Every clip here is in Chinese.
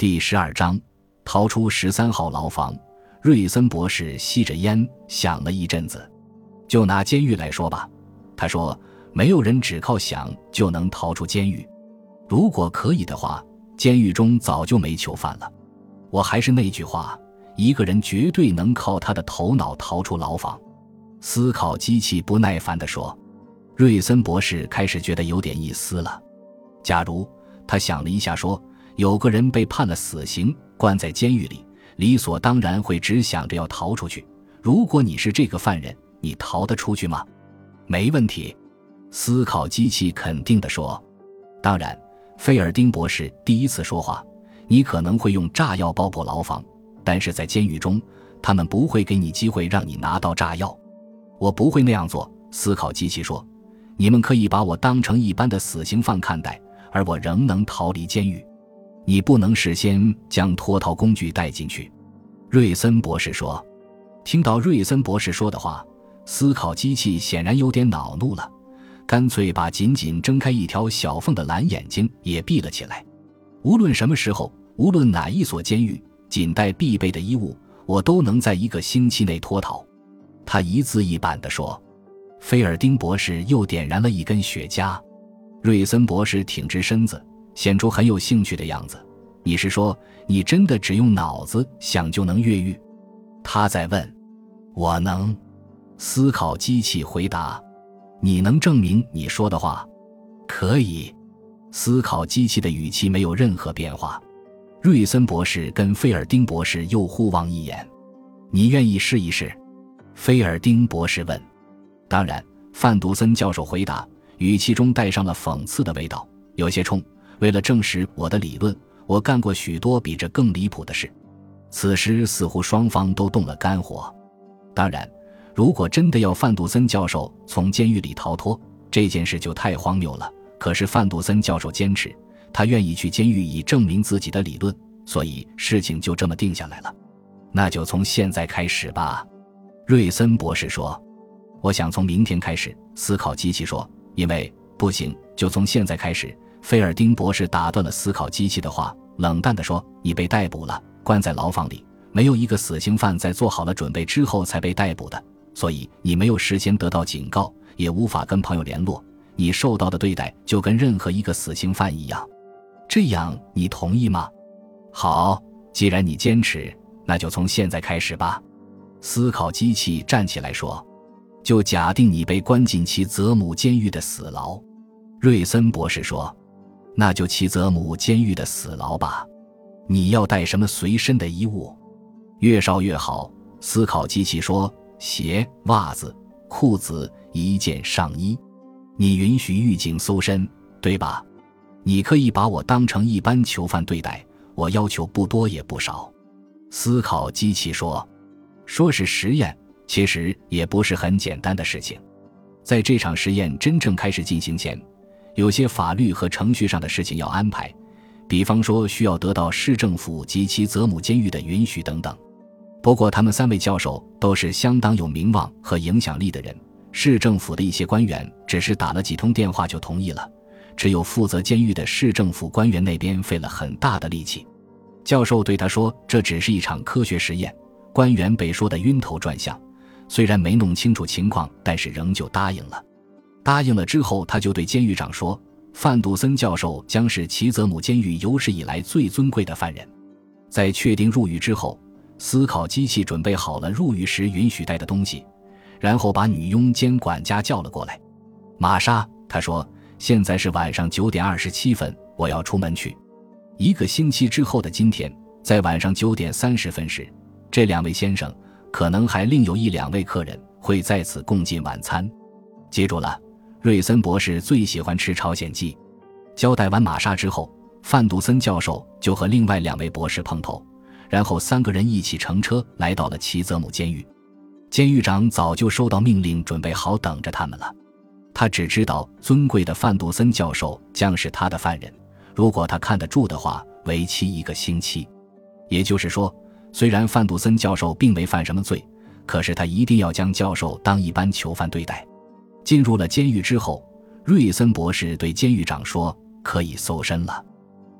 第12章，逃出13号牢房。瑞森博士吸着烟想了一阵子。就拿监狱来说吧，他说，没有人只靠想就能逃出监狱。如果可以的话，监狱中早就没囚犯了。我还是那句话，一个人绝对能靠他的头脑逃出牢房。思考机器不耐烦地说。瑞森博士开始觉得有点意思了。假如，他想了一下说，有个人被判了死刑，关在监狱里，理所当然会只想着要逃出去。如果你是这个犯人，你逃得出去吗？没问题。思考机器肯定地说。当然，菲尔丁博士第一次说话，你可能会用炸药爆破牢房，但是在监狱中，他们不会给你机会让你拿到炸药。我不会那样做，思考机器说。你们可以把我当成一般的死刑犯看待，而我仍能逃离监狱。你不能事先将脱逃工具带进去。瑞森博士说。听到瑞森博士说的话，思考机器显然有点恼怒了，干脆把仅仅睁开一条小缝的蓝眼睛也闭了起来。无论什么时候，无论哪一所监狱，仅带必备的衣物，我都能在1个星期内脱逃。他一字一板地说。菲尔丁博士又点燃了一根雪茄。瑞森博士挺直身子，显出很有兴趣的样子。你是说，你真的只用脑子想就能越狱？他在问。我能。思考机器回答。你能证明你说的话？可以。思考机器的语气没有任何变化。瑞森博士跟菲尔丁博士又互望一眼。你愿意试一试？菲尔丁博士问。当然，范杜森教授回答，语气中带上了讽刺的味道，有些冲。为了证实我的理论，我干过许多比这更离谱的事。此时似乎双方都动了肝火。当然，如果真的要范杜森教授从监狱里逃脱，这件事就太荒谬了。可是范杜森教授坚持，他愿意去监狱以证明自己的理论，所以事情就这么定下来了。那就从现在开始吧。瑞森博士说。我想从明天开始，思考机器说。因为不行，就从现在开始。菲尔丁博士打断了思考机器的话，冷淡地说，你被逮捕了，关在牢房里，没有一个死刑犯在做好了准备之后才被逮捕的，所以你没有事先得到警告，也无法跟朋友联络，你受到的对待就跟任何一个死刑犯一样。这样你同意吗？好，既然你坚持，那就从现在开始吧。思考机器站起来说。就假定你被关进齐泽姆监狱的死牢。瑞森博士说。那就齐泽姆监狱的死牢吧。你要带什么随身的衣物？越少越好，思考机器说。鞋、袜子、裤子、1件上衣。你允许狱警搜身，对吧？你可以把我当成一般囚犯对待，我要求不多也不少。思考机器说。说是实验，其实也不是很简单的事情。在这场实验真正开始进行前，有些法律和程序上的事情要安排，比方说需要得到市政府及其泽姆监狱的允许等等。不过他们3位教授都是相当有名望和影响力的人，市政府的一些官员只是打了几通电话就同意了，只有负责监狱的市政府官员那边费了很大的力气。教授对他说，这只是一场科学实验。官员被说得晕头转向，虽然没弄清楚情况，但是仍旧答应了。答应了之后，他就对监狱长说，范杜森教授将是齐泽姆监狱有史以来最尊贵的犯人。在确定入狱之后，思考机器准备好了入狱时允许带的东西，然后把女佣兼管家叫了过来。玛莎，他说，现在是晚上9点27分，我要出门去。1个星期之后的今天，在晚上9点30分时，这2位先生可能还另有1、2位客人会在此共进晚餐。记住了，瑞森博士最喜欢吃朝鲜鸡。交代完玛莎之后，范杜森教授就和另外2位博士碰头，然后3个人一起乘车来到了齐泽姆监狱。监狱长早就收到命令，准备好等着他们了。他只知道尊贵的范杜森教授将是他的犯人，如果他看得住的话，为期1个星期。也就是说，虽然范杜森教授并没犯什么罪，可是他一定要将教授当一般囚犯对待。进入了监狱之后，瑞森博士对监狱长说，可以搜身了。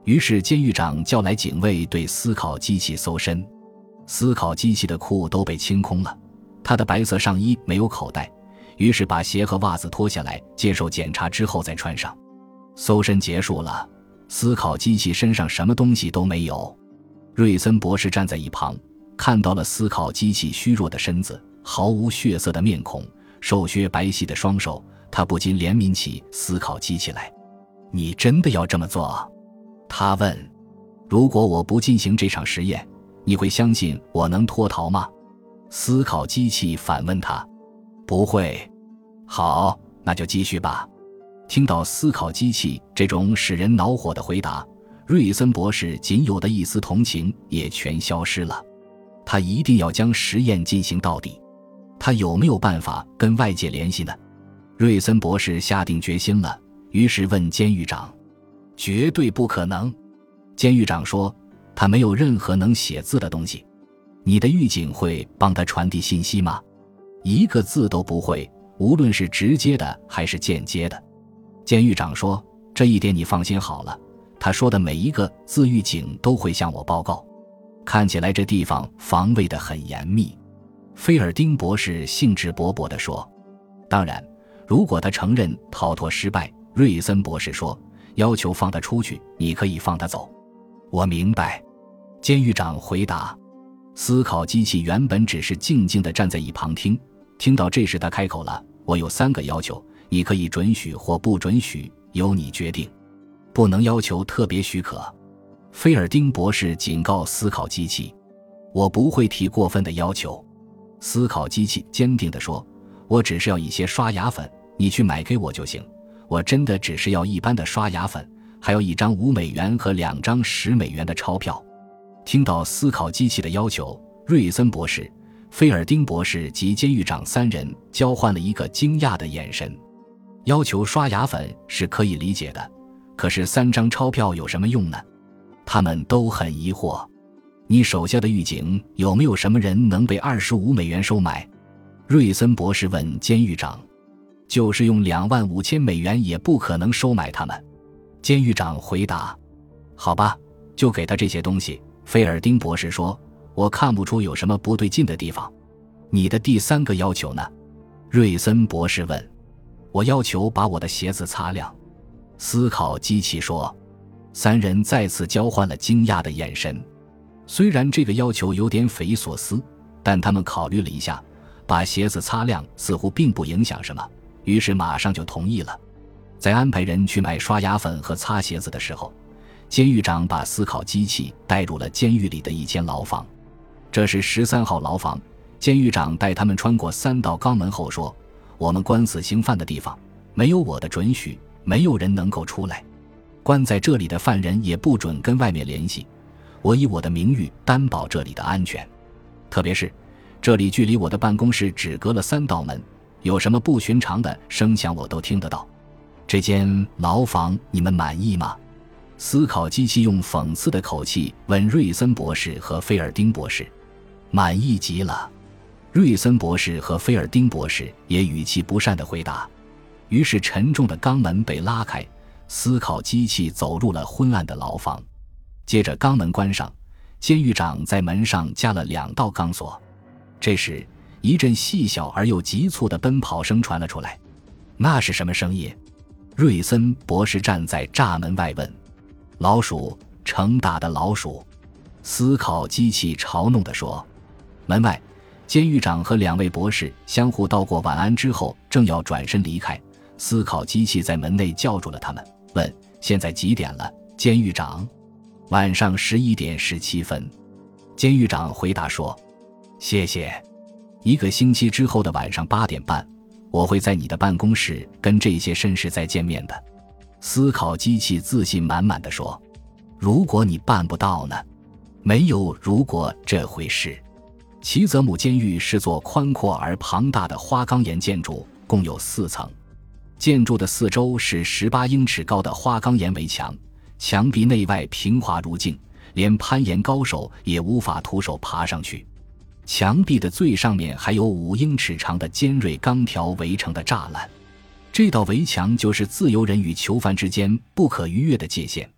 于是监狱长叫来警卫对思考机器搜身。思考机器的裤都被清空了，他的白色上衣没有口袋，于是把鞋和袜子脱下来接受检查之后再穿上。搜身结束了，思考机器身上什么东西都没有。瑞森博士站在一旁，看到了思考机器虚弱的身子，毫无血色的面孔，瘦削白皙的双手，他不禁怜悯起思考机器来。你真的要这么做？他问。如果我不进行这场实验，你会相信我能脱逃吗？思考机器反问他。不会。好，那就继续吧。听到思考机器这种使人恼火的回答，瑞森博士仅有的一丝同情也全消失了。他一定要将实验进行到底。他有没有办法跟外界联系呢？瑞森博士下定决心了，于是问监狱长。绝对不可能。监狱长说，他没有任何能写字的东西。你的狱警会帮他传递信息吗？一个字都不会，无论是直接的还是间接的。监狱长说，这一点你放心好了，他说的每一个字狱警都会向我报告。看起来这地方防卫得很严密。菲尔丁博士兴致勃勃地说。当然，如果他承认逃脱失败，瑞森博士说，要求放他出去，你可以放他走。我明白。监狱长回答。思考机器原本只是静静地站在一旁听到这时他开口了，我有3个要求，你可以准许或不准许，由你决定。不能要求特别许可。菲尔丁博士警告思考机器。我不会提过分的要求。思考机器坚定地说，我只是要一些刷牙粉，你去买给我就行。我真的只是要一般的刷牙粉，还有1张5美元和2张10美元的钞票。听到思考机器的要求，瑞森博士、菲尔丁博士及监狱长3人交换了一个惊讶的眼神。要求刷牙粉是可以理解的，可是3张钞票有什么用呢？他们都很疑惑。你手下的狱警有没有什么人能被25美元收买？瑞森博士问监狱长。就是用25000美元也不可能收买他们。监狱长回答。好吧，就给他这些东西。菲尔丁博士说，我看不出有什么不对劲的地方。你的第3个要求呢？瑞森博士问。我要求把我的鞋子擦亮。思考机器说。3人再次交换了惊讶的眼神。虽然这个要求有点匪夷所思，但他们考虑了一下，把鞋子擦亮似乎并不影响什么，于是马上就同意了。在安排人去买刷牙粉和擦鞋子的时候，监狱长把思考机器带入了监狱里的一间牢房。这是13号牢房。监狱长带他们穿过3道肛门后说，我们关死刑犯的地方，没有我的准许，没有人能够出来。关在这里的犯人也不准跟外面联系，我以我的名誉担保这里的安全。特别是这里距离我的办公室只隔了3道门，有什么不寻常的声响我都听得到。这间牢房你们满意吗？思考机器用讽刺的口气问瑞森博士和菲尔丁博士。满意极了。瑞森博士和菲尔丁博士也语气不善地回答。于是沉重的钢门被拉开，思考机器走入了昏暗的牢房。接着钢门关上，监狱长在门上加了2道钢索。这时一阵细小而又急促的奔跑声传了出来。那是什么声音？瑞森博士站在栅门外问。老鼠，成大的老鼠。思考机器嘲弄地说。门外监狱长和2位博士相互道过晚安之后，正要转身离开，思考机器在门内叫住了他们，问，现在几点了，监狱长？晚上11点17分。监狱长回答说。谢谢。1个星期之后的晚上8点半，我会在你的办公室跟这些绅士再见面的。思考机器自信满满地说。如果你办不到呢？没有如果这回事。齐泽姆监狱是座宽阔而庞大的花岗岩建筑，共有4层。建筑的4周是18英尺高的花岗岩围墙，墙壁内外平滑如镜，连攀岩高手也无法徒手爬上去。墙壁的最上面还有5英尺长的尖锐钢条围成的栅栏，这道围墙就是自由人与囚犯之间不可逾越的界限，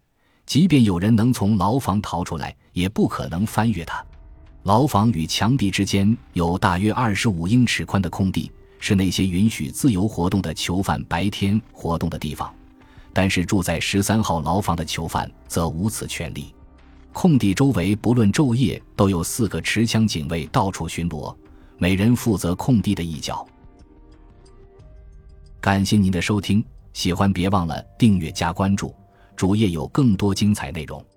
即便有人能从牢房逃出来，也不可能翻越它。牢房与墙壁之间有大约25英尺宽的空地，是那些允许自由活动的囚犯白天活动的地方，但是住在13号牢房的囚犯则无此权利。空地周围不论昼夜都有4个持枪警卫到处巡逻，每人负责空地的一角。感谢您的收听，喜欢别忘了订阅加关注，主页有更多精彩内容。